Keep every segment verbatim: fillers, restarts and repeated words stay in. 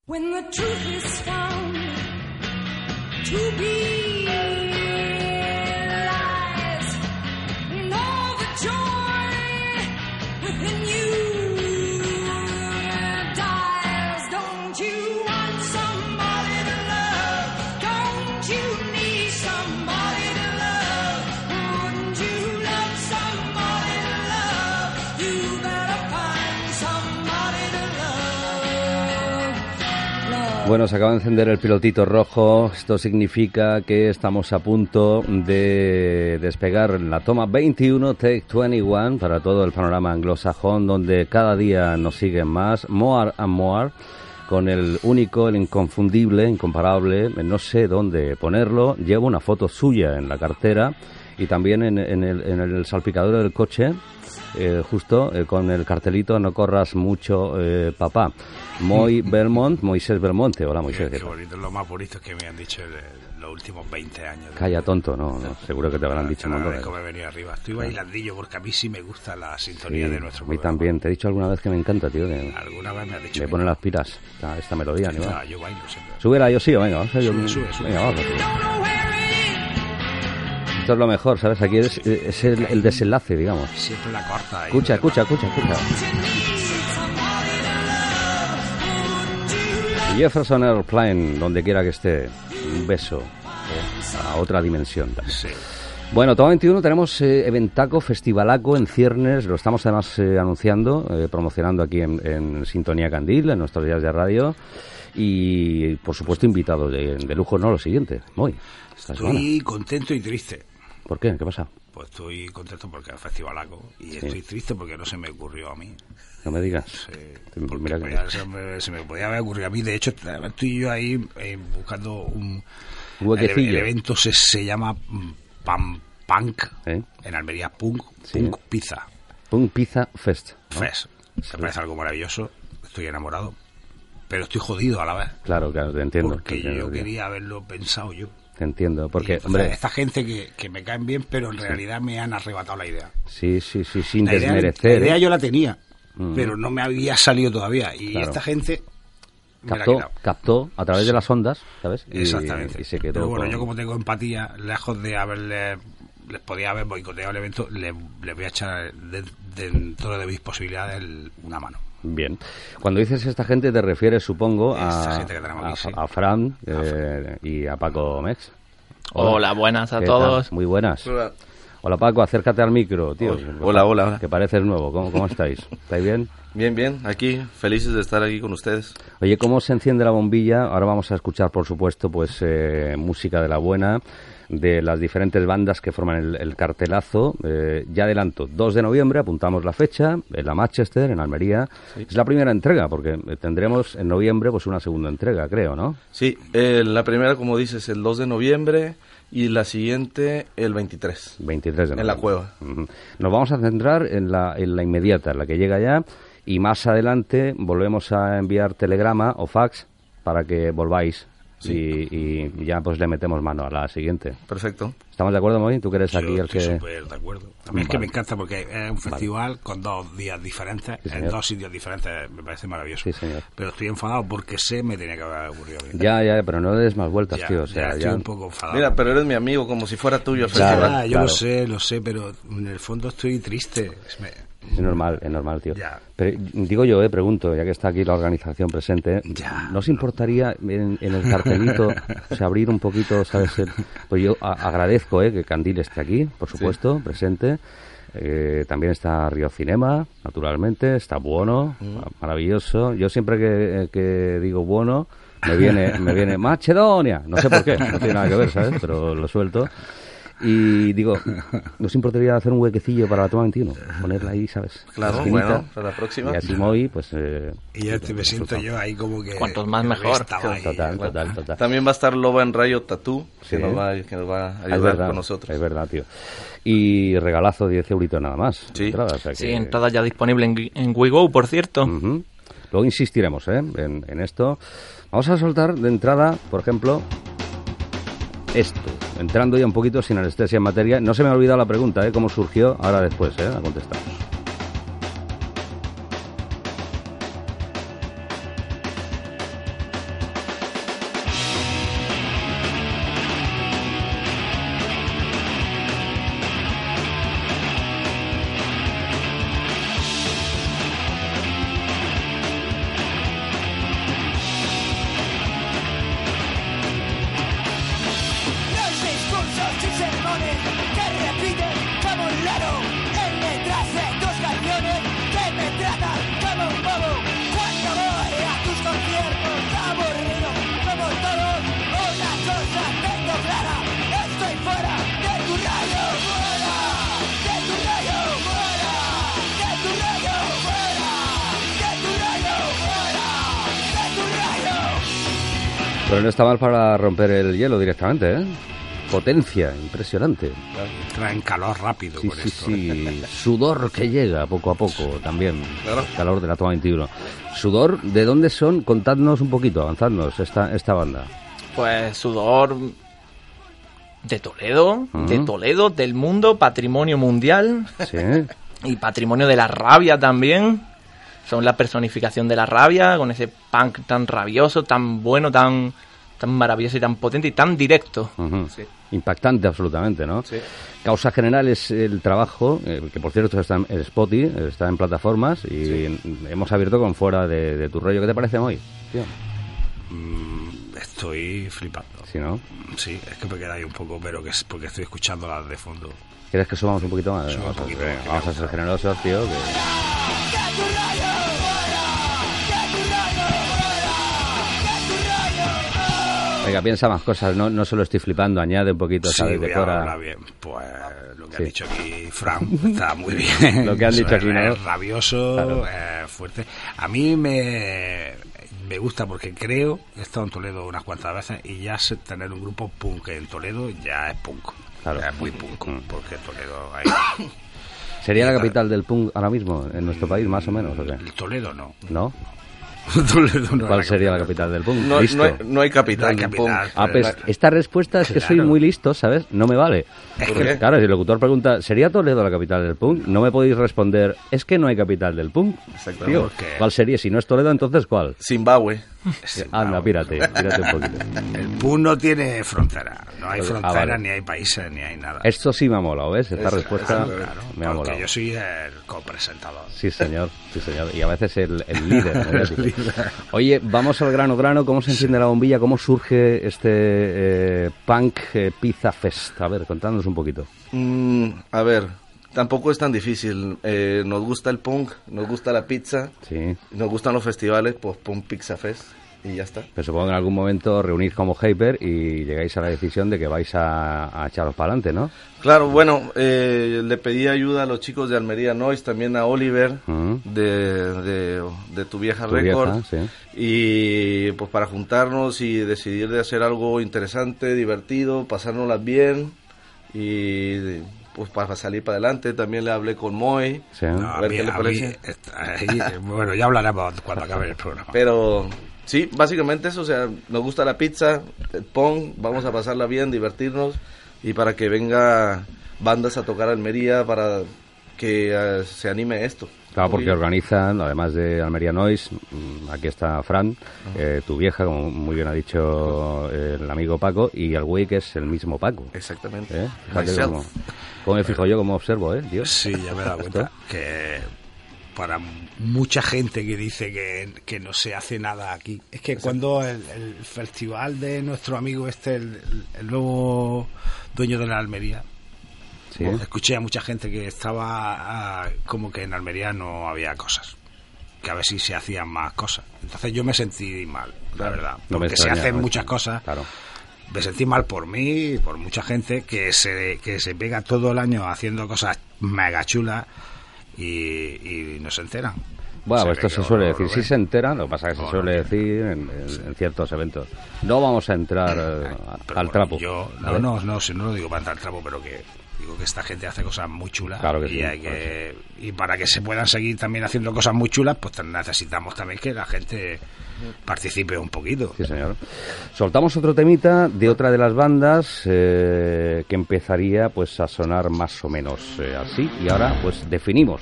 When the truth is found to be lies, and all the joy within you dies. Don't you want somebody to love? Don't you need somebody to love? Wouldn't you love somebody to love? You better find somebody to love. Bueno, se acaba de encender el pilotito rojo. Esto significa que estamos a punto de despegar en la toma veintiuno, take veintiuno, para todo el panorama anglosajón, donde cada día nos siguen más, more and more, con el único, el inconfundible, incomparable, no sé dónde ponerlo. Llevo una foto suya en la cartera y también en, en, el, en el salpicadero del coche, eh, justo eh, con el cartelito "No corras mucho, eh, papá". Moy Belmont, Moisés Belmonte. Hola, Moisés. Qué, qué bonito, lo más bonito que me han dicho en los últimos veinte años. Calla, tonto, no, no, seguro que te habrán dicho. Cada vez que me he venido arriba. Estoy bailandillo porque a mí sí me gusta la sintonía Sí, de nuestro a mí programa. también. Te he dicho alguna vez que me encanta, tío. Que Alguna vez me has dicho me que pone no. las pilas esta, esta melodía. Ni No, va. yo bailo siempre. Súbela, yo sí, venga, vamos a Sube, yo, sube, sube. venga, vamos. Esto es lo mejor, ¿sabes? Aquí es, es el, el desenlace, digamos. Siempre la corta. ahí. Escucha, escucha, escucha, escucha. Jefferson Airplane, donde quiera que esté. Un beso eh, a otra dimensión también. Sí. Bueno, toma veintiuno tenemos eh, eventaco, festivalaco en ciernes, lo estamos además eh, anunciando, eh, promocionando aquí en, en Sintonía Candil, en nuestros días de radio, y por supuesto invitados de, de lujo, no lo siguiente, Moy, esta semana. Estoy contento y triste. ¿Por qué? ¿Qué pasa? Pues estoy contento porque es festivalaco y Sí. estoy triste porque no se me ocurrió a mí. No me digas. Sí, Mira porque que- podía- se, me, se me podía haber ocurrido a mí. De hecho, estoy yo ahí eh, buscando un... Un huequecillo. El, el evento se, se llama mm, Pam Punk, ¿Eh? en Almería, Punk, Sí. Punk Pizza Un Pizza Fest, ¿no? Fest. Me parece algo maravilloso, estoy enamorado, pero estoy jodido a la vez. Claro, claro, te entiendo. Porque te entiendo, yo tío. quería haberlo pensado yo. Te entiendo, Y porque, entonces, hombre, esta gente que, que me caen bien, pero en realidad me han arrebatado la idea. sí, sí, sí, sin La idea, desmerecer. la idea ¿eh? yo la tenía, Mm. pero no me había salido todavía. Y Claro. esta gente me la ha Captó, quitado. captó a través de las ondas, ¿sabes? Y- Exactamente. Y se quedó Pero bueno, con- yo como tengo empatía, lejos de haberle, les podía haber boicoteado el evento, les, les voy a echar de- dentro de mis posibilidades el- una mano. Bien. Cuando dices esta gente te refieres, supongo, Esta a, gente que tenemos a, aquí, sí. a Fran eh, y a Paco Mex. Hola, buenas a ¿Qué todos. tal? Muy buenas. Hola. Hola Paco, acércate al micro, tío. Hola, hola, hola. Que pareces nuevo. ¿Cómo, cómo estáis? ¿Estáis bien? Bien, bien, aquí, felices de estar aquí con ustedes. Oye, ¿cómo se enciende la bombilla? Ahora vamos a escuchar, por supuesto, pues eh, música de la buena, de las diferentes bandas que forman el, el cartelazo. Eh, ya adelanto, dos de noviembre, apuntamos la fecha, en la Manchester, en Almería. Sí. Es la primera entrega, porque eh, tendremos en noviembre pues una segunda entrega, creo, ¿no? Sí, eh, la primera, como dices, el dos de noviembre y la siguiente el veintitrés. veintitrés de noviembre. En la cueva. Ujú. Nos vamos a centrar en la, en la inmediata, en la que llega ya, y más adelante volvemos a enviar telegrama o fax para que volváis. Sí. Y, y ya pues le metemos mano a la siguiente. Perfecto. ¿Estamos de acuerdo, Moy? Tú que eres aquí Yo el estoy que... súper de acuerdo. A mí es que Vale. me encanta porque es un festival con dos días diferentes, Sí, en señor. dos sitios diferentes, me parece maravilloso. Sí, señor. Pero estoy enfadado porque sé me tenía que haber ocurrido a mí. Ya, ya, pero no le des más vueltas, Ya, tío. O sea, ya estoy ya... un poco enfadado. Mira, pero eres mi amigo, como si fuera tuyo el Claro, festival. Ah, yo claro. lo sé, lo sé, pero en el fondo estoy triste. Es me- Es normal, es normal, tío. Ya. Pero digo yo, eh, pregunto, ya que está aquí la organización presente, Ya. ¿no os importaría en, en el cartelito, o sea, abrir un poquito, ¿sabes? El- pues yo a- agradezco, eh, que Candil esté aquí, por supuesto, presente. Eh, también está Río Cinema, naturalmente, está Buono, maravilloso. Yo siempre que, eh, que digo Buono, me viene, me viene Macedonia, no sé por qué, no tiene nada que ver, ¿sabes? Pero lo suelto. Y digo, ¿no os importaría hacer un huequecillo para la toma veintiuno? Ponerla ahí, ¿sabes? Claro, Esquinita. bueno, para la próxima. Y así Moy, pues... Eh, Y ya te, me siento yo ahí como que... Cuantos más, que mejor. estaba ahí. total, total, total. También va a estar Loba en Rayo Tattoo, Sí. que, nos va, que nos va a Es ayudar verdad, con nosotros. es verdad, tío. Y regalazo diez euritos nada más. Sí. Entrada, o sea que- Sí, entrada ya disponible en, Gui- en WeGo, por cierto. Ujú. Luego insistiremos ¿eh? en, en esto. Vamos a soltar de entrada, por ejemplo, esto. Entrando ya un poquito sin anestesia en materia. No se me ha olvidado la pregunta, ¿eh? ¿Cómo surgió? Ahora después, ¿eh? La contestamos. Pero no está mal para romper el hielo directamente, ¿eh? Potencia, impresionante. Traen calor rápido Sí, con sí, esto. sí. Sudor que llega poco a poco también. Claro. Calor de la toma veintiuno. Sudor, ¿de dónde son? Contadnos un poquito, avanzadnos esta, esta banda. Pues Sudor de Toledo, Ujú. de Toledo, del mundo, patrimonio mundial Sí. y patrimonio de la rabia también. Son la personificación de la rabia, con ese punk tan rabioso, tan bueno, tan, tan maravilloso y tan potente y tan directo. Ujú. Sí. Impactante absolutamente, ¿no? Sí. Causa General es el trabajo, eh, que por cierto está en en Spotify, está en plataformas y hemos abierto con Fuera de, de tu rollo. ¿Qué te parece hoy? Tío? Mm, estoy flipando. Sí, ¿no? Sí, es que me queda ahí un poco, pero que es porque estoy escuchando las de fondo. ¿Quieres que subamos un poquito más? Sube un Vamos, a, poquito, venga, que me vamos a ser gusta. generosos, tío. que- Venga, piensa más cosas, no, no solo estoy flipando, añade un poquito, Sí, ¿sabes? voy a Decora. hablar bien. Pues lo que Sí. ha dicho aquí Fran está muy bien. Lo que han Eso dicho es, aquí, ¿no? es rabioso, Claro. es fuerte. A mí me, me gusta porque creo, he estado en Toledo unas cuantas veces y ya sé tener un grupo punk en Toledo ya es punk. Claro. Ya es muy punk, Mm. porque Toledo hay... ¿Sería la Claro. capital del punk ahora mismo, en nuestro país, más o menos, o qué? El Toledo no. ¿No? Toledo no es ¿Cuál la sería la capital capital del punk? No, Listo. no, hay, no hay capital. No hay del capital. punk. Ah, pues Claro. esta respuesta es que soy Claro. muy listo, ¿sabes? No me vale. Es ¿Por que- qué? Claro, si el locutor pregunta, ¿sería Toledo la capital del punk? No me podéis responder, es que no hay capital del punk. Exactamente. Tío, ¿Por qué? ¿cuál sería? Si no es Toledo, entonces ¿cuál? Zimbabue. Sí, Anda, vamos. pírate, pírate un poquito. El punk no tiene frontera. No hay Ah, fronteras, vale. ni hay países, ni hay nada. Esto sí me ha molado, ¿ves? Esta Eso, respuesta eso, Claro, me ha porque molado. yo soy el copresentador. Sí, señor, sí, señor. Y a veces el, el líder. mediático. Oye, vamos al grano grano. ¿Cómo se enciende la bombilla? ¿Cómo surge este eh, Punk eh, Pizza Fest? A ver, contándonos un poquito. Mm, a ver, tampoco es tan difícil. Eh, nos gusta el punk, nos gusta la pizza, Sí. nos gustan los festivales, pues Punk Pizza Fest y ya está. Pero supongo que en algún momento reunís como Hyper y llegáis a la decisión de que vais a, a echaros para adelante, ¿no? Claro, bueno, eh, le pedí ayuda a los chicos de Almería Noise, también a Oliver Ujú. de, de, de Tu Vieja Tu Record. vieja, sí. Y pues para juntarnos y decidir de hacer algo interesante, divertido, pasárnoslas bien y pues para salir para adelante. También le hablé con Moy. Sí. No, A a ver mí- qué le a parece. mí está ahí, bueno, ya hablaremos cuando acabe el programa. Pero sí, básicamente eso, o sea, nos gusta la pizza, el punk, vamos a pasarla bien, divertirnos y para que venga bandas a tocar a Almería para que eh, se anime esto. Claro, porque Y- organizan, además de Almería Noise, mm, aquí está Fran, eh, tu vieja, como muy bien ha dicho el amigo Paco, y el güey que es el mismo Paco. Exactamente. ¿Eh? Fíjate Myself. cómo, cómo me fijo yo, cómo observo, ¿eh? Dios. Sí, ya me he dado cuenta que para mucha gente que dice que, que no se hace nada aquí, es que cuando el, el festival de nuestro amigo este, el, el nuevo dueño de la Almería, Sí. escuché a mucha gente que estaba ah, como que en Almería no había cosas, que a ver si se hacían más cosas. Entonces yo me sentí mal, la verdad, No me porque se extraña, hacen ¿no? muchas cosas. Claro. Me sentí mal por mí y por mucha gente que se que se pega todo el año haciendo cosas mega chulas y, y no se enteran. Bueno, O sea, pues esto que se yo suele lo- decir, lo sí ven. se enteran, lo que pasa es que No, se suele no, decir en, en- en ciertos eventos. No vamos a entrar eh, Pero al bueno, trapo. Yo, no, ¿vale? no, no, si no lo digo para entrar al trapo, pero que digo que esta gente hace cosas muy chulas. Claro que y sí, hay que y para que se puedan seguir también haciendo cosas muy chulas, pues necesitamos también que la gente participe un poquito. Sí, señor. Soltamos otro temita de otra de las bandas eh, que empezaría pues a sonar más o menos eh, así. Y ahora pues definimos.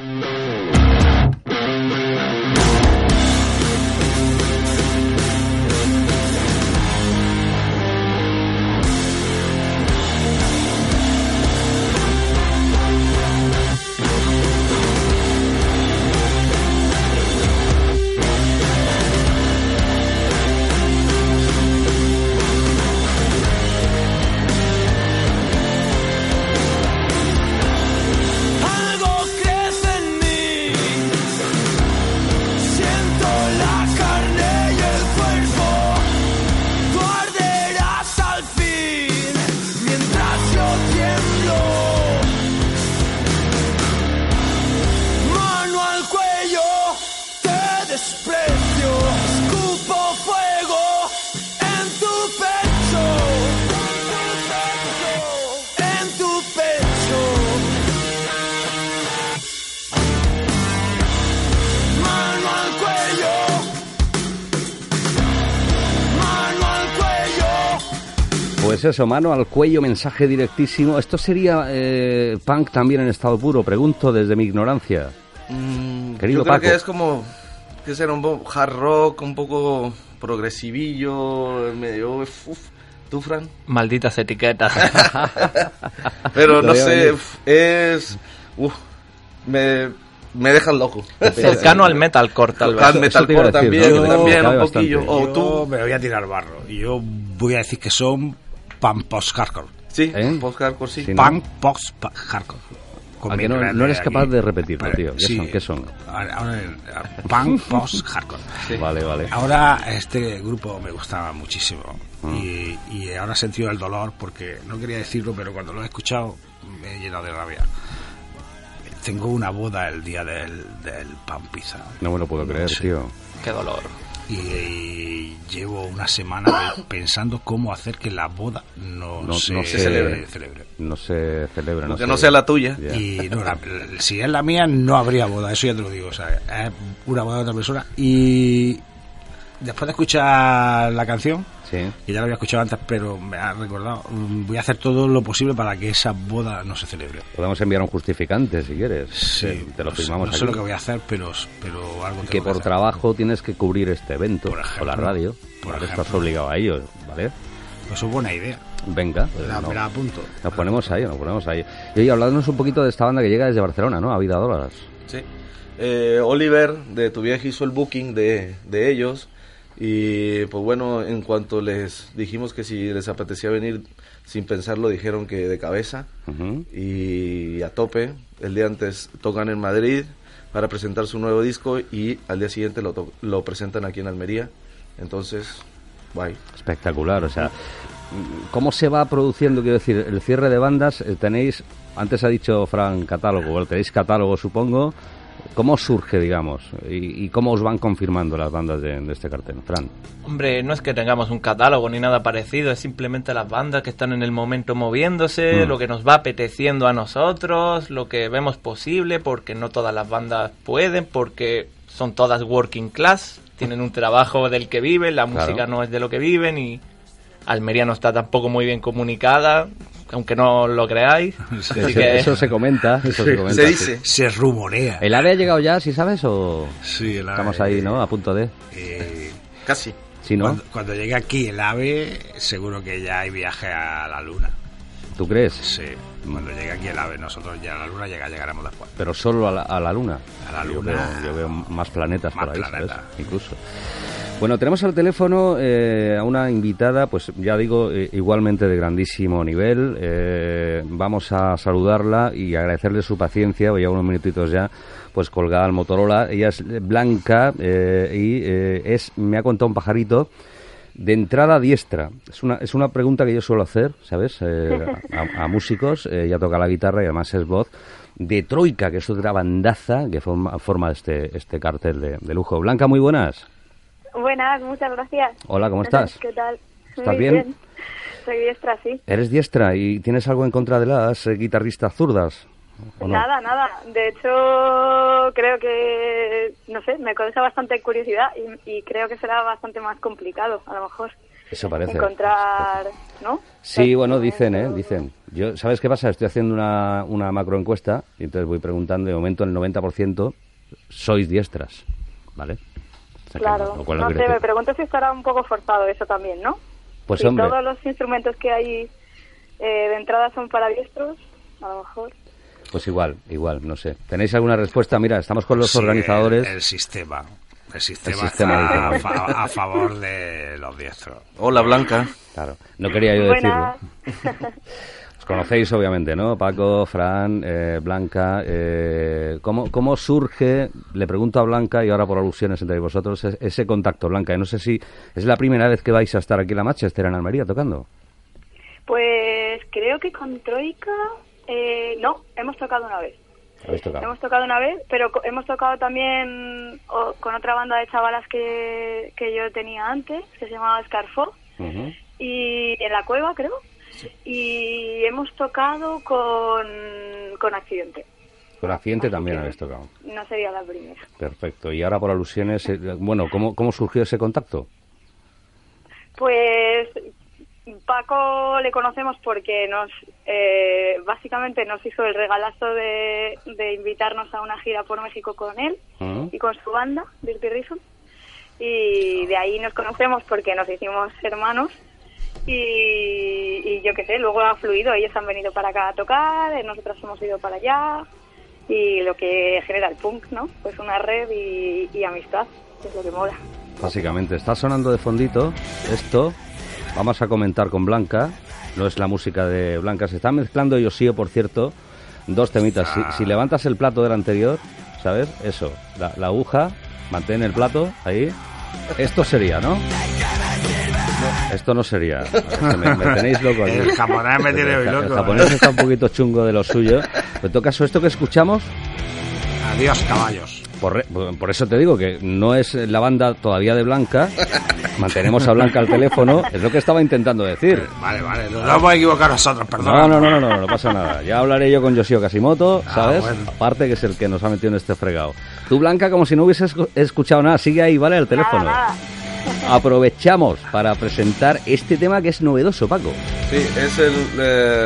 Algo crece en mí, siento la carne y el cuerpo, tú arderás al fin, mientras yo tiemblo, mano al cuello, te desprecio, escupo fuego Pues eso, mano al cuello, mensaje directísimo. ¿Esto sería eh, punk también en estado puro? Pregunto desde mi ignorancia. Mm, Querido yo creo Paco. que es como, que será un poco hard rock, un poco progresivillo, medio... Uf, ¿tú, Fran? Malditas etiquetas. Pero Lo no veo sé, venir. uf, es... Uf, me, me dejan loco. Cercano al metalcore, tal vez. Al Eso te metalcore iba a decir, también, ¿no? también Cabe un bastante. poquillo. O Yo tú, me voy a tirar barro. Y yo voy a decir que son punk post-hardcore. sí, ¿Eh? post-hardcore, sí. Sí, ¿no? Punk post-hardcore. ¿A que no, no eres capaz de repetirlo, tío? ¿Qué Sí. son? ¿Qué son? Ahora, ahora, punk post-hardcore. Vale, vale. Ahora este grupo me gustaba muchísimo Mm. y, y ahora he sentido el dolor porque no quería decirlo, pero cuando lo he escuchado me he llenado de rabia. Tengo una boda el día del, del pan pizza No me lo puedo creer, Sí. tío. Qué dolor. y, y llevo una semana pe- pensando cómo hacer que la boda no, No- se, no se celebre. celebre. No se celebra, no Que se- no sea la tuya. Ya. Y no, la- si es la mía no habría boda, eso ya te lo digo, o sea, es una boda de otra persona. Y después de escuchar la canción, Sí. que ya lo había escuchado antes, pero me ha recordado, mm, voy a hacer todo lo posible para que esa boda no se celebre. Podemos enviar un justificante si quieres. Sí, Te lo no sé- firmamos no sé aquí. lo que voy a hacer, pero, pero algo tengo Que por hacer. trabajo tienes que cubrir este evento Por ejemplo, o la radio. por ¿vale? ejemplo. Estás obligado a ello, ¿vale? Pues es buena idea, Venga, pues la, no. me la apunto. Nos ponemos ahí, nos ponemos ahí. Y oye, hablándonos un poquito de esta banda que llega desde Barcelona, ¿no? A Vida Dólares. Sí. Eh, Oliver de Tu Viaje hizo el booking de, de ellos y pues bueno, en cuanto les dijimos que si les apetecía venir sin pensarlo, dijeron que de cabeza Ujú. y a tope. El día antes tocan en Madrid para presentar su nuevo disco y al día siguiente lo, to- lo presentan aquí en Almería. Entonces, bye. Espectacular, o sea, ¿cómo se va produciendo? Quiero decir, el cierre de bandas, eh, tenéis, antes ha dicho Fran catálogo, bueno, tenéis catálogo supongo, ¿cómo surge, digamos? Y, y cómo os van confirmando las bandas de, de este cartel? Fran. Hombre, no es que tengamos un catálogo ni nada parecido, es simplemente las bandas que están en el momento moviéndose, Mm. lo que nos va apeteciendo a nosotros, lo que vemos posible, porque no todas las bandas pueden, porque son todas working class, tienen un trabajo del que viven, la Claro. música no es de lo que viven y Almería no está tampoco muy bien comunicada, aunque no lo creáis. Así Eso, que eso se comenta, eso se comenta. Se sí. dice. Se rumorea. ¿El AVE ha llegado ya, si sabes, o Sí, el estamos ave, ahí, ¿no? A punto de... eh, Casi. Sí, ¿no? cuando, cuando llegue aquí el AVE, seguro que ya hay viaje a la Luna. ¿Tú crees? Sí, cuando llegue aquí el AVE, nosotros ya a la Luna llega, llegaremos después. Pero solo a la, a la Luna. A la Yo Luna. veo, yo veo más planetas Más por ahí, planetas. ¿sabes? Incluso. Bueno, tenemos al teléfono eh, a una invitada, pues ya digo, eh, igualmente de grandísimo nivel. Eh, vamos a saludarla y agradecerle su paciencia, voy a unos minutitos ya, pues colgada al Motorola. Ella es Blanca eh, y eh, es, me ha contado un pajarito, de entrada diestra. Es una, es una pregunta que yo suelo hacer, ¿sabes? Eh, a, a músicos, eh, ella toca la guitarra y además es voz. De Troika, que es otra bandaza que forma, forma este, este cartel de, de lujo. Blanca, muy buenas. Buenas, muchas gracias. Hola, ¿cómo estás? ¿Qué tal? ¿Estás Muy bien? Soy diestra, sí. ¿Eres diestra y tienes algo en contra de las eh, guitarristas zurdas? ¿O no? Nada, nada. De hecho, creo que, no sé, me causa bastante curiosidad y, y creo que será bastante más complicado, a lo mejor, Eso parece. encontrar, ¿no? Sí, bueno, Pues, dicen, ¿eh? eso- Dicen. Yo, ¿sabes qué pasa? Estoy haciendo una, una macroencuesta y entonces voy preguntando, de momento el noventa por ciento sois diestras, ¿vale? O sea que Claro, lo cual no no quiere sé, me decir- pregunto si estará un poco forzado eso también, ¿no? Pues si hombre, todos los instrumentos que hay eh, de entrada son para diestros, a lo mejor. pues igual, igual, no sé. ¿Tenéis alguna respuesta? Mira, estamos con los Sí, organizadores. El, el sistema. El sistema, El sistema, está a, dice. fa- a favor de los diestros. Hola, Blanca. Claro, no quería yo Buenas. decirlo. Os conocéis, obviamente, ¿no? Paco, Fran, eh, Blanca. Eh, ¿cómo, ¿Cómo surge, le pregunto a Blanca, y ahora por alusiones entre vosotros, es- ese contacto, Blanca? No sé si es la primera vez que vais a estar aquí en la Manchester, en Almería, tocando. Pues creo que con Troika, eh, no, hemos tocado una vez. ¿Habéis tocado? Hemos tocado una vez, pero co- hemos tocado también o- con otra banda de chavalas que, que yo tenía antes, que se llamaba Scarfo, Ujú. y en la cueva, creo. Y hemos tocado con, con Accidente. Con Accidente Así también que habéis tocado. No sería la primera. Perfecto. Y ahora por alusiones, eh, bueno, ¿cómo, ¿cómo surgió ese contacto? Pues Paco le conocemos porque nos eh, básicamente nos hizo el regalazo de, de invitarnos a una gira por México con él Uh-huh. y con su banda, Dirty Reason. Y de ahí nos conocemos porque nos hicimos hermanos. Y, y yo qué sé, luego ha fluido. Ellos han venido para acá a tocar, nosotros hemos ido para allá. Y lo que genera el punk, ¿no? Pues una red y, y amistad, que es lo que mola. Básicamente, está sonando de fondito esto. Vamos a comentar con Blanca. No es la música de Blanca. Se está mezclando Yoshio, por cierto, dos temitas. Si, si levantas el plato del anterior, ¿sabes? Eso, la, la aguja, mantén el plato ahí. Esto sería, ¿no? Esto no sería. Me, me tenéis loco aquí. El japonés me tiene el, hoy el, loco. el japonés está un poquito chungo de lo suyo. En todo caso, esto que escuchamos... Adiós, caballos. Por, por eso te digo que no es la banda todavía de Blanca. Mantenemos a Blanca al teléfono. Es lo que estaba intentando decir. Vale, vale. Nos vamos a equivocar nosotros, perdón. No, no, no, no, no, no pasa nada. Ya hablaré yo con Yoshio Kashimoto, ¿sabes? Ah, bueno. Aparte que es el que nos ha metido en este fregado. Tú, Blanca, como si no hubieses escuchado nada, sigue ahí, ¿vale? El teléfono. Nada, nada. Aprovechamos para presentar este tema que es novedoso, Paco. Sí, es el,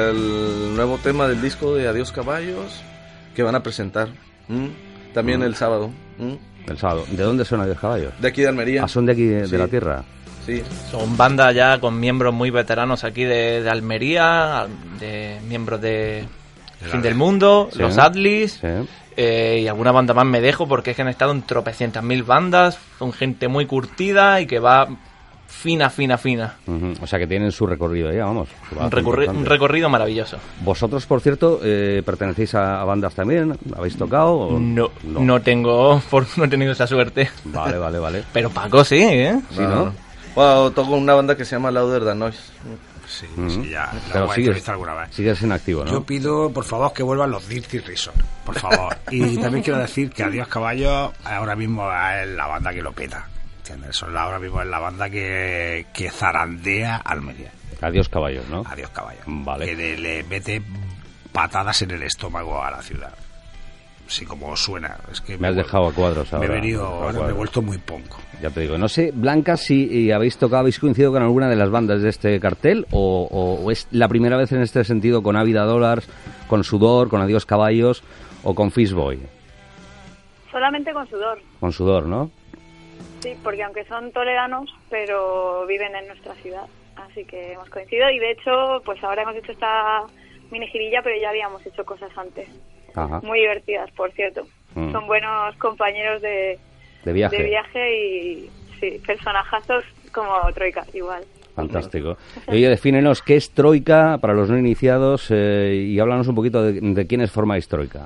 el nuevo tema del disco de Adiós Caballos que van a presentar. ¿m? También Mm. el sábado. ¿m? El sábado. ¿De dónde son Adiós Caballos? De aquí de Almería. Ah, son de aquí, de Sí. la tierra. Sí. Son bandas ya con miembros muy veteranos aquí de, de Almería, de miembros de Fin del Mundo, Sí. los Atlis, Sí. eh, y alguna banda más me dejo porque es que han estado en tropecientas mil bandas, son gente muy curtida y que va fina, fina, fina. Ujú. O sea que tienen su recorrido ya, vamos. que va Un, recorri- importante. un recorrido maravilloso. Vosotros, por cierto, eh, pertenecéis a, a bandas también. ¿Habéis tocado? o- No, no tengo, por- no he tenido esa suerte. Vale, vale, vale. Pero Paco sí, ¿eh? Sí, ¿no? Bueno, toco una banda que se llama Louder Than Noise. Sí, Ujú. sí, ya. Lo Pero voy a sigues, entrevistar alguna vez. sigues en activo, ¿no? Yo pido, por favor, que vuelvan los Dirty Reason, por favor. Y también quiero decir que Adiós Caballos ahora mismo es la banda que lo peta. ¿Entiendes? Son la- ahora mismo es la banda que, que zarandea Almería. Adiós Caballos, ¿no? Adiós Caballos. Vale. Que le, le mete patadas en el estómago a la ciudad. Sí, como suena. Es que Me has he- dejado a cuadros Me he ahora. venido, A ahora me he cuadros. vuelto muy ponco. Ya te digo, no sé, Blanca, si eh, habéis tocado, habéis coincidido con alguna de las bandas de este cartel o, o- o es la primera vez en este sentido con Ávida Dollars, con Sudor, con Adiós Caballos o con Fishboy. Solamente con sudor, Con Sudor, ¿no? sí, porque aunque son toledanos, pero viven en nuestra ciudad. Así que hemos coincidido y de hecho, pues ahora hemos hecho esta mini girilla, pero ya habíamos hecho cosas antes. Ajá. Muy divertidas, por cierto. Mm. Son buenos compañeros de, De viaje. de viaje y sí, personajazos como Troika, igual. Fantástico. Y oye, defínenos qué es Troika para los no iniciados eh, y háblanos un poquito de, de quiénes formáis Troika.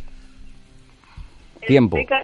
Tiempo. Troika,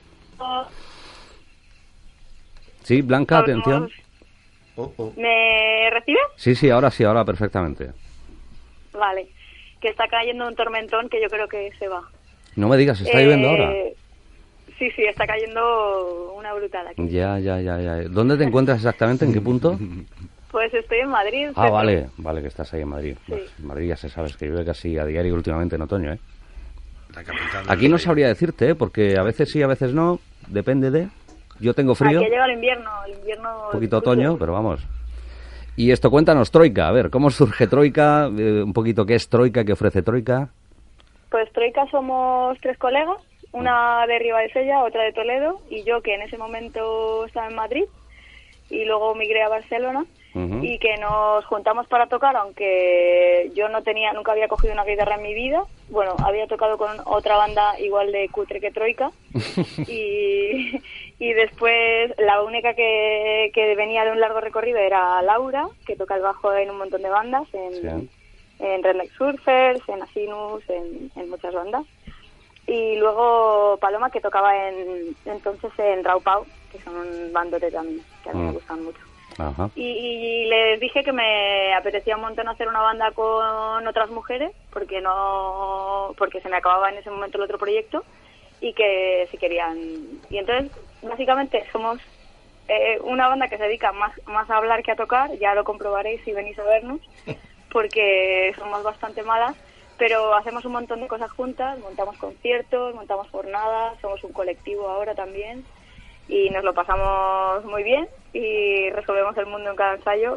Sí, Blanca, Hablamos- atención. Oh, oh. ¿Me recibe? Sí, sí, ahora sí, ahora perfectamente. Vale. Que está cayendo un tormentón que yo creo que se va. No me digas, está Eh, lloviendo ahora. Sí, sí, está cayendo una brutal aquí. Ya, ya, ya, ya. ¿Dónde te encuentras exactamente? ¿En qué punto? Pues estoy en Madrid. Ah, centro. vale, vale, que estás ahí en Madrid. Sí. Pues, Madrid ya se sabe, es que llueve casi a diario últimamente en otoño, ¿eh? La capital del Aquí no rey. sabría decirte, ¿eh? Porque a veces sí, a veces no, depende de... Yo tengo frío, Aquí llega el invierno, el invierno... un poquito crudo. otoño, pero vamos. Y esto, cuéntanos, Troika, a ver, ¿cómo surge Troika? Eh, un poquito, ¿qué es Troika? ¿Qué ofrece Troika? Pues Troika somos tres colegas, una de Ribadesella, otra de Toledo, y yo que en ese momento estaba en Madrid, y luego migré a Barcelona, Ujú. y que nos juntamos para tocar, aunque yo no tenía, nunca había cogido una guitarra en mi vida. Bueno, había tocado con otra banda igual de cutre que Troika, y, y después la única que, que venía de un largo recorrido era Laura, que toca el bajo en un montón de bandas, en, Sí. en Redneck Surfers, en Asinus, en, en muchas bandas. Y luego Paloma, que tocaba en, entonces en Rau Pau, que son un bandote también, que a mí Mm. me gustan mucho. Ajá. Y, y les dije que me apetecía un montón hacer una banda con otras mujeres, porque no porque se me acababa en ese momento el otro proyecto, y que si querían... Y entonces, básicamente, somos eh, una banda que se dedica más, más a hablar que a tocar, ya lo comprobaréis si venís a vernos, porque somos bastante malas, pero hacemos un montón de cosas juntas, montamos conciertos, montamos jornadas, somos un colectivo ahora también, y nos lo pasamos muy bien y resolvemos el mundo en cada ensayo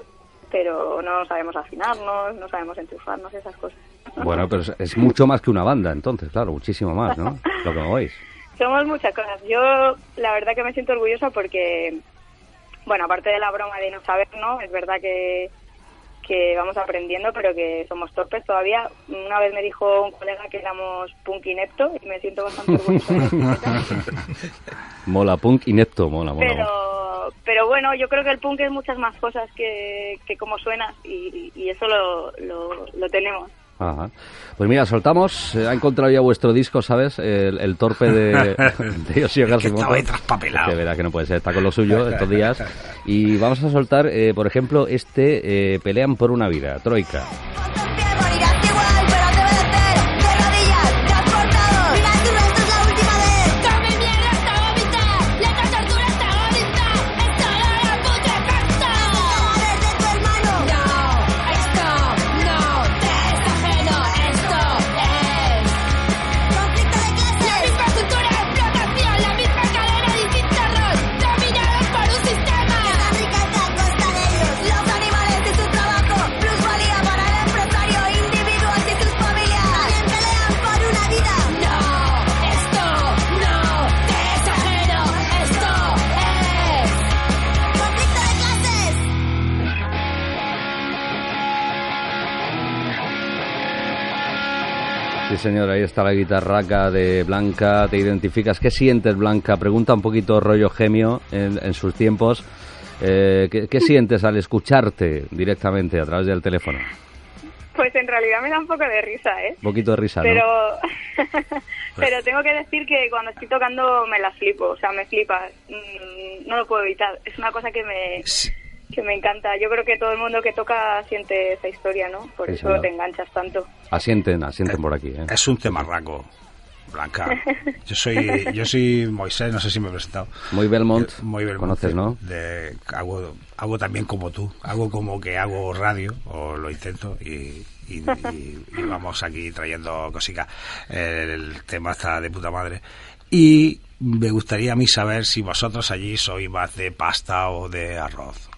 pero no sabemos afinarnos, no sabemos enchufarnos, esas cosas. Bueno, pero es, es mucho más que una banda, entonces, claro, muchísimo más, ¿no? Lo que me oís. Somos muchas cosas. Yo, la verdad que me siento orgullosa porque, bueno, aparte de la broma de no saber, ¿no? Es verdad que, que vamos aprendiendo, pero que somos torpes todavía. Una vez me dijo un colega que éramos punk inepto y me siento bastante orgullosa. Mola, punk inepto, mola, mola. Pero, mola. pero bueno, yo creo que el punk es muchas más cosas que, que cómo suena y, y eso lo, lo, lo tenemos. Ajá. Pues mira, soltamos, eh, ha encontrado ya vuestro disco, ¿sabes? El, el torpe de, de Yoshio Es que Hashimoto. estaba ahí traspapelado. Que verá que no puede ser, está con lo suyo estos días. Y vamos a soltar, eh, por ejemplo, este eh, Pelean por una vida, Troika. Sí, señor, ahí está la guitarraca de Blanca, te identificas. ¿Qué sientes, Blanca? Pregunta un poquito rollo Gemio en, en sus tiempos. Eh, ¿qué, ¿Qué sientes al escucharte directamente a través del teléfono? Pues en realidad me da un poco de risa, ¿eh? Un poquito de risa, pero... ¿no? Pero tengo que decir que cuando estoy tocando me la flipo, o sea, me flipa. No lo puedo evitar. Es una cosa que me... Sí. que me encanta. Yo creo que todo el mundo que toca siente esa historia, ¿no? Por Sí, eso señor. te enganchas tanto. Asienten, asienten por aquí, ¿eh? Es un temarraco, Blanca. Yo soy yo soy Moisés, no sé si me he presentado. Muy Belmont, Eh, Muy Belmont. conoces, ¿no? De, hago, hago también como tú. Hago como que hago radio, o lo intento, y, y, y- y vamos aquí trayendo cositas. El tema está de puta madre. Y me gustaría a mí saber si vosotros allí sois más de pasta o de arroz.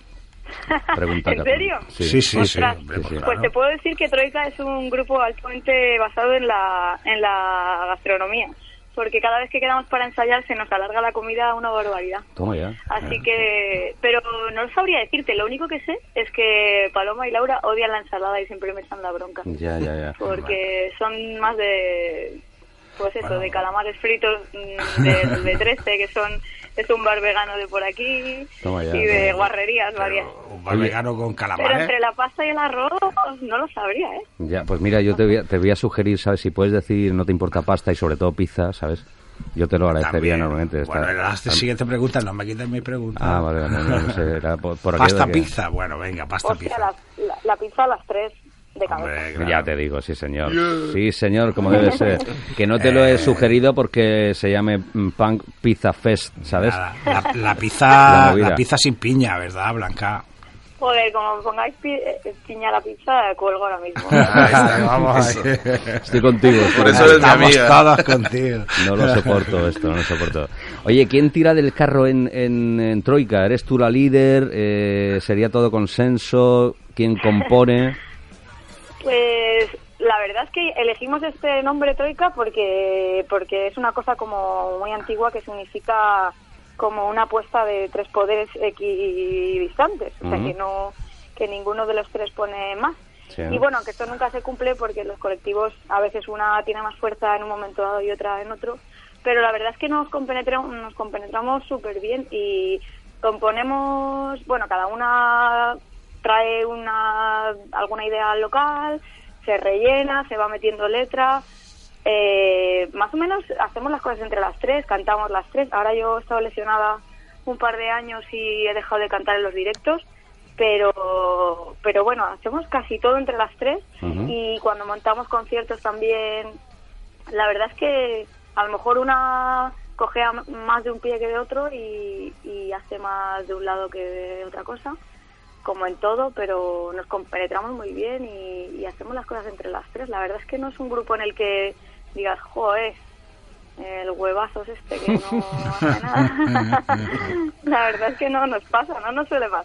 Pregunta ¿En Carmen. serio? Sí, Sí, sí, Ostras, sí, hombre, pues sí. claro. Pues te puedo decir que Troika es un grupo altamente basado en la, en la gastronomía, porque cada vez que quedamos para ensayar se nos alarga la comida a una barbaridad. Toma ya. Así que, pero no sabría decirte, lo único que sé es que Paloma y Laura odian la ensalada y siempre me echan la bronca, Ya, ya, ya. porque son más de, pues eso, Bueno. de calamares fritos mm, de, de trece, que son, es un bar vegano de por aquí, Toma ya, y toma de ya. guarrerías varias. Pero un bar vegano con Pero calamares. entre la pasta y el arroz no lo sabría, ¿eh? Ya, pues mira, yo te voy, a, te voy a sugerir, ¿sabes? Si puedes decir no te importa pasta y sobre todo pizza, ¿sabes? Yo te lo agradecería También. enormemente. Está- Bueno, la está- siguiente pregunta, no me quites mi pregunta. Ah, vale, vale, no, no sé, era por, por aquello Pasta de que- pizza, bueno, venga, pasta Hostia, pizza. la, la, la pizza a las tres de cabeza. Hombre, claro. Ya te digo, sí señor. Sí señor, como debe ser. Que no te lo he sugerido porque se llame mm, Punk Pizza Fest, ¿sabes? Nada, la, la La pizza movida. la pizza sin piña, ¿verdad, Blanca? Joder, como me pongáis pi- eh, piña a la pizza, cuelgo ahora mismo. Vamos ahí. Estoy contigo. Por estoy eso eres mi Estamos amiga. todos contigo. No lo soporto esto, no lo soporto. Oye, ¿quién tira del carro en, en, en Troika? ¿Eres tú la líder? Eh, ¿Sería todo consenso? ¿Quién compone? Pues la verdad es que elegimos este nombre Troika porque porque es una cosa como muy antigua que significa como una apuesta de tres poderes equidistantes, o sea Ujú. que no que ninguno de los tres pone más. Sí. Y bueno, aunque esto nunca se cumple porque los colectivos a veces una tiene más fuerza en un momento dado y otra en otro, pero la verdad es que nos compenetramos nos compenetramos súper bien y componemos, bueno, cada una trae una alguna idea local, se rellena, se va metiendo letra, eh, más o menos hacemos las cosas entre las tres, cantamos las tres. Ahora yo he estado lesionada un par de años y he dejado de cantar en los directos, pero pero bueno, hacemos casi todo entre las tres. Ujú. Y cuando montamos conciertos también, la verdad es que a lo mejor una cogea más de un pie que de otro y, y hace más de un lado que de otra cosa, como en todo, pero nos compenetramos muy bien y, y hacemos las cosas entre las tres. La verdad es que no es un grupo en el que digas, joder, el huevazo es este que no hace nada. La verdad es que no nos pasa, no nos suele pasar.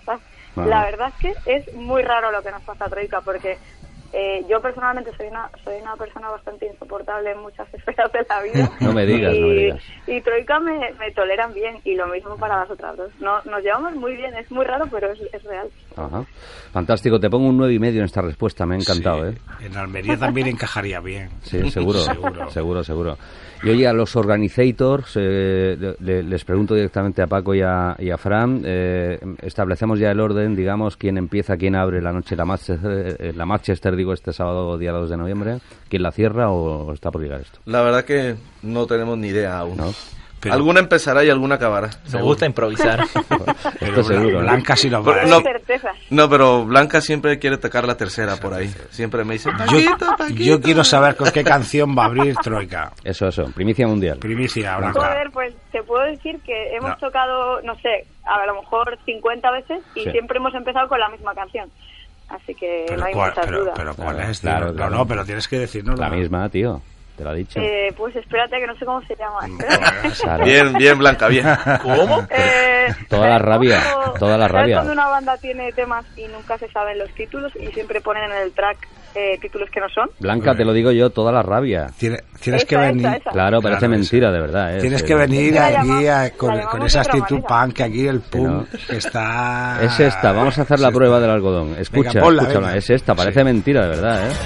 Ah. La verdad es que es muy raro lo que nos pasa a Troika, porque eh, yo personalmente soy una soy una persona bastante insoportable en muchas esferas de la vida. No me digas, y, no me digas. Y Troika me, me toleran bien, y lo mismo para las otras dos. No, nos llevamos muy bien, es muy raro, pero es, es real. Ajá. Fantástico, te pongo un nueve y medio en esta respuesta, me ha encantado, Sí, ¿eh? En Almería también encajaría bien. Sí, seguro, Seguro. seguro, seguro. Y oye, a los organizators, eh, le- le- les pregunto directamente a Paco y a, y a Fran, eh, establecemos ya el orden, digamos, quién empieza, quién abre la noche, la Manchester, eh, la Manchester, digo, este sábado, día dos de noviembre, quién la cierra o está por llegar esto, La verdad que no tenemos ni idea aún. ¿no? Pero- Alguna empezará y alguna acabará. Me gusta improvisar. Esto seguro, ¿no? Blanca sí nos va a Pero No no- hay certeza. No, pero Blanca siempre quiere tocar la tercera por ahí. Siempre me dice, Yo, Paquito, Paquito. yo quiero saber con qué canción va a abrir Troika. Eso, eso, primicia mundial. Primicia, Blanca. Joder, pues te puedo decir que hemos No. tocado, no sé, a lo mejor cincuenta veces y Sí. siempre hemos empezado con la misma canción. Así que Pero no hay cuál, muchas pero, dudas. pero ¿cuál Claro, es? claro, No, claro. no, pero tienes que decirnos La misma, tío, te lo ha dicho. Eh, pues espérate, que no sé cómo se llama. Mm, Espérate. Claro. Bien, bien, Blanca, bien. ¿Cómo? Eh, Toda la ¿sabes rabia, cuando- toda la ¿sabes rabia. cuando una banda tiene temas y nunca se saben los títulos y siempre ponen en el track eh, títulos que no son? Blanca, te lo digo yo, toda la rabia. Tienes, tienes Esa, que venir. esa, esa. Claro, parece Claro, mentira, esa. de verdad. ¿eh? Tienes Sí, que no. venir La aquí llamamos- a- la con, llamamos con de esa otra actitud manera. punk, que aquí el punk no. que está... Es esta, vamos a hacer la Sí, prueba está. del algodón. Escucha, Venga, ponla, escúchala, venga. es esta, parece Sí. mentira, de verdad, ¿eh?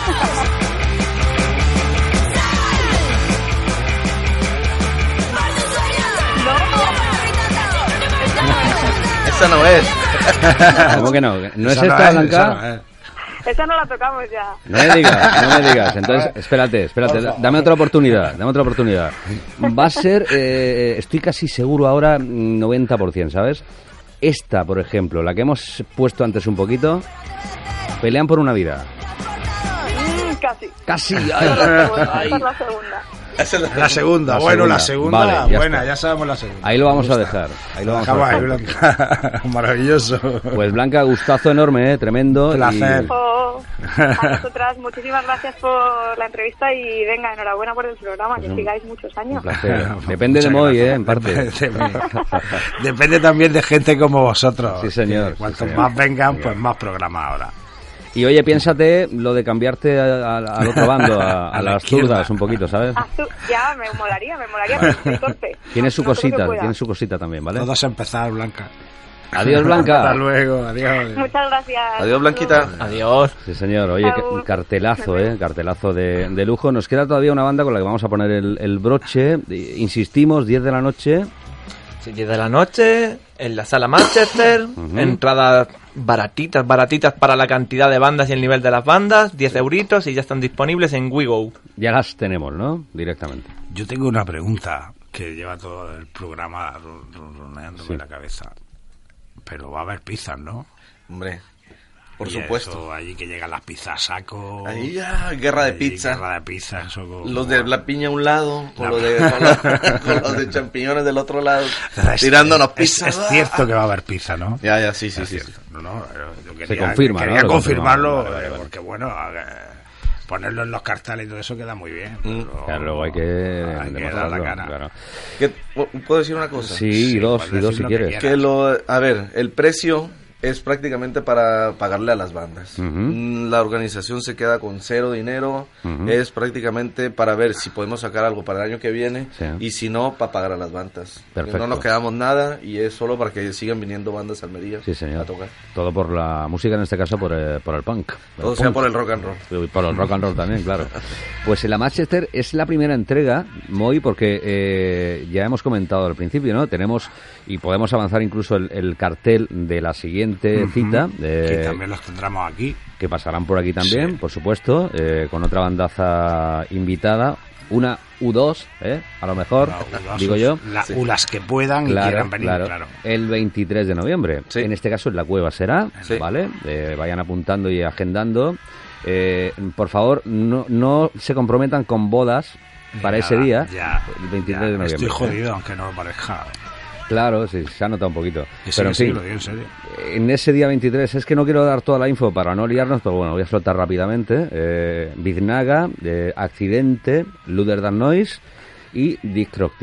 Esa no es. ¿Cómo que no? ¿No es Esa esta, Blanca? esa no es. Esa no la tocamos ya. No me digas, no me digas. Entonces, espérate, espérate, da- dame otra oportunidad, dame otra oportunidad. Va a ser, eh, estoy casi seguro ahora, mm, noventa por ciento, ¿sabes? Esta, por ejemplo, la que hemos puesto antes un poquito, Pelean por una vida. Mm, casi. Casi, Esa ay, es la segunda. ay. Esa es la segunda. Esa es la- La segunda, La bueno, la segunda. segunda, Vale, ya buena, está. ya sabemos la segunda. Ahí lo vamos Me a gusta. dejar, ahí lo vamos a Dejamos ahí, dejar. Blanca. Maravilloso. Pues Blanca, gustazo enorme, ¿eh? Tremendo. y- Placer. Oh, a vosotras, muchísimas gracias por la entrevista y venga, enhorabuena por el programa, que sigáis muchos Un años. placer. Depende de Muchas Moy, gracias. ¿eh? En parte. Depende, depende también de gente como vosotros. Sí, señor, Que Cuanto sí, señor. más vengan, pues más programa ahora. Y oye, piénsate lo de cambiarte a- a- al otro bando, a, a A la las izquierda. zurdas un poquito, ¿sabes? Ah, tú- ya, me molaría, me molaría, pero soy torpe. Tiene su No creo que cosita, pueda. tiene su cosita también, ¿vale? Todos a empezar, Blanca. Adiós, Hasta Blanca. luego, adiós. Muchas gracias. Adiós, Blanquita. Adiós. Sí, señor. Oye, Chao. qué cartelazo, ¿eh? Cartelazo de, de lujo. Nos queda todavía una banda con la que vamos a poner el, el broche. Insistimos, diez de la noche. Sí, diez de la noche, en la sala Manchester, Ujú. entradas baratitas, baratitas para la cantidad de bandas y el nivel de las bandas, diez euritos y ya están disponibles en WeGo. Ya las tenemos, ¿no? Directamente. Yo tengo una pregunta que lleva todo el programa ru- ru- runeándome Sí. la cabeza. Pero va a haber pizzas, ¿no? Hombre, por Y supuesto. eso, allí que llegan las pizzas a saco. Ahí ya, guerra de allí pizza. Guerra de pizza, eso como- Los de la piña a un lado, con, La- los de, con, los, con los de champiñones del otro lado, Es- tirándonos es- pizza. Es, cierto que va a haber pizza, ¿no? Ya, ya, sí, sí, Es sí. cierto. No, no, yo quería, Se confirma, quería ¿no? Lo confirmarlo, confirmamos. Vale, vale, vale. porque bueno, eh, ponerlo en los carteles y todo eso queda muy bien. Mm. pero Claro, luego hay que hay que dar la demostrarlo, cara. claro. ¿Qué- ¿Puedo decir una cosa? Sí, Sí, y dos, puedes y dos decir si lo que quieres. quieras. Que lo, a ver, el precio es prácticamente para pagarle a las bandas. Ujú. Mm, La organización se queda con cero dinero. Ujú. Es prácticamente para ver si podemos sacar algo para el año que viene Sí. y si no, para pagar a las bandas. Perfecto. No nos quedamos nada y es solo para que sigan viniendo bandas a Almería Sí, señor. a tocar. Todo por la música, en este caso por, eh, por el punk. Todo sea punk. por el rock and roll. Y por el rock and roll también, claro. Pues en la Manchester es la primera entrega, Moy, porque eh, ya hemos comentado al principio, ¿no? Tenemos, y podemos avanzar incluso el, el cartel de la siguiente cita, Que eh, también los tendremos aquí. que pasarán por aquí también, Sí. por supuesto, eh, con otra bandaza invitada, una U dos, ¿eh? A lo mejor, Una- digo yo. La, Sí. u las que puedan y Claro, quieran venir, claro. claro. El veintitrés de noviembre. Sí. En este caso en la cueva será, Sí. ¿vale? Eh, vayan apuntando y agendando. Eh, por favor, no, no se comprometan con bodas para Nada, ese día, ya, el veintitrés ya, de noviembre. Estoy jodido, aunque no lo parezca. Claro, sí, se ha notado un poquito. Que sí, Pero en que sí, fin, lo digo en serio. en ese día veintitrés, es que no quiero dar toda la info para no liarnos, pero bueno, voy a soltar rápidamente. Eh, Biznaga, eh, Accidente, Luder Dan Noise y Dick Troctic.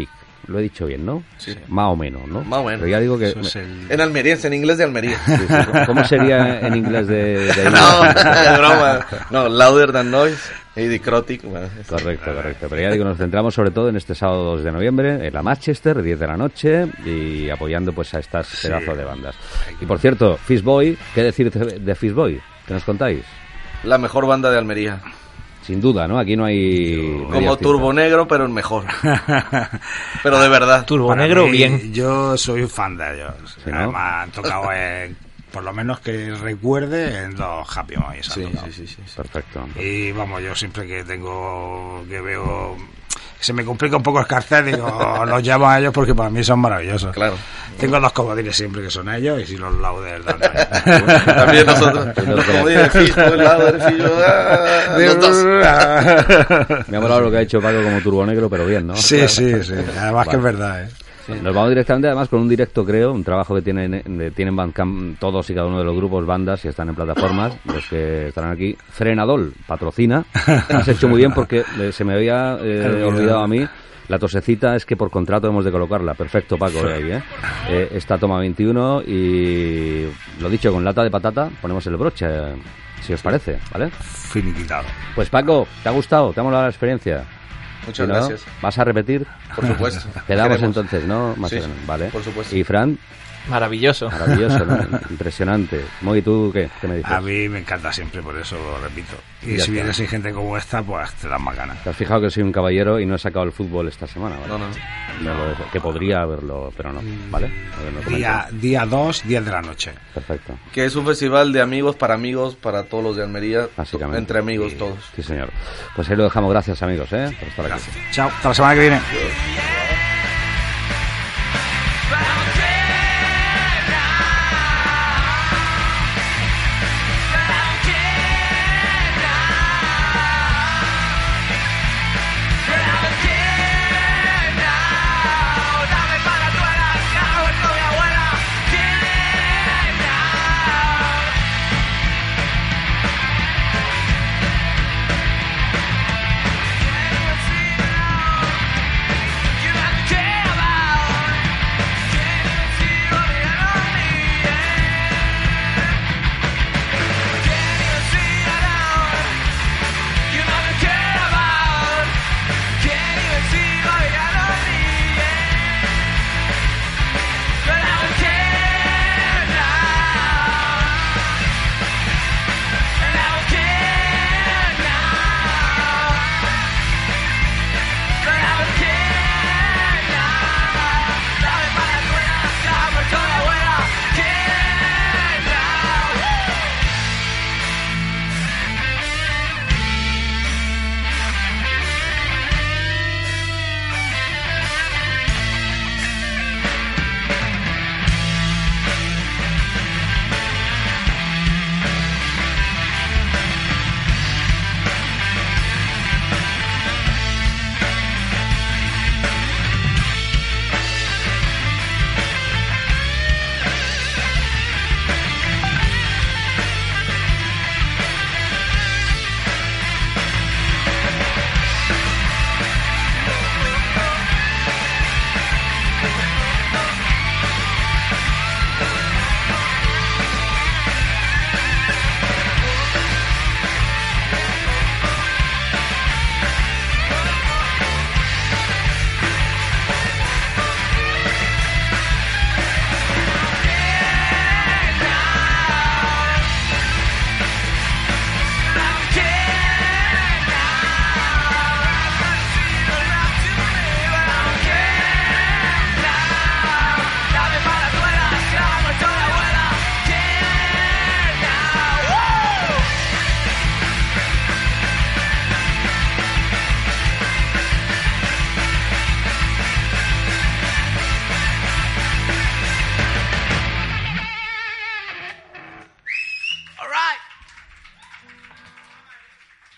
lo he dicho bien, ¿no? Sí. Más o menos, ¿no? Más o menos. Pero ya digo que... Eso es el- En almeriense, en inglés de Almería. Sí, sí. ¿Cómo sería en inglés de...? de No, es broma. No, louder than noise y dicrotic. Bueno, es- Correcto, correcto. Pero ya digo, nos centramos sobre todo en este sábado dos de noviembre, en la Manchester, diez de la noche, y apoyando pues a estas pedazos de bandas. Y por cierto, Fishboy, ¿qué decir de de Fishboy? ¿Qué nos contáis? La mejor banda de Almería. Sin duda, ¿no? Aquí no hay... medias Como tintas. Turbo Negro, pero el mejor. Pero de verdad. Turbo Para Negro, mí, bien. Yo soy un fan de ellos. Sí, ¿no? Además, han tocado, en, por lo menos que recuerde, en los Happy Boys. han Sí, tocado. sí, sí, sí, sí. Perfecto. Y vamos, yo siempre que tengo, que veo, se me complica un poco escarcer, digo, los llamo a ellos porque para mí son maravillosos. Claro. Tengo dos comodines siempre que son ellos y si los lauders dan ellos. También nosotros. Los comodines, Fijo, el louder, Fijo, ah, los dos. Me ha molado lo que ha hecho Paco como Turbo Negro, pero bien, ¿no? Sí, sí, sí. Además que es verdad, ¿eh? Nos vamos directamente, además, con un directo, creo, un trabajo que tienen de- tienen Bandcamp todos y cada uno de los grupos, bandas, y están en plataformas, los que estarán aquí. Frenadol patrocina. Has hecho muy bien porque eh, se me había eh, olvidado a mí. La tosecita es que por contrato hemos de colocarla. Perfecto, Paco, de ahí, ¿eh? Eh, Esta toma veintiuno y, lo dicho, con lata de patata ponemos el broche, eh, si os parece, ¿vale? Finiquitado. Pues Paco, ¿te ha gustado? ¿Te ha molado la experiencia? Muchas Si no, gracias. ¿vas a repetir? Por supuesto. Quedamos Queremos. entonces, ¿no? Más Sí, o menos, vale. por supuesto. Y Fran, Maravilloso. maravilloso, ¿no? Impresionante. Moy, ¿tú qué? ¿Qué me dices? A mí me encanta siempre, por eso lo repito. Y Ya si está. vienes sin gente como esta, pues te dan más ganas. ¿Te has fijado que soy un caballero y no he sacado el fútbol esta semana? ¿vale? No, no. No lo he- que podría haberlo, pero no, ¿vale? A ver, no comento. Día, día dos, diez de la noche. Perfecto. Que es un festival de amigos para amigos, para todos los de Almería. Básicamente. Entre amigos todos. Sí, señor. Pues ahí lo dejamos. Gracias, amigos, ¿eh? Por estar aquí. Gracias. Chao, hasta la semana que viene. Yeah.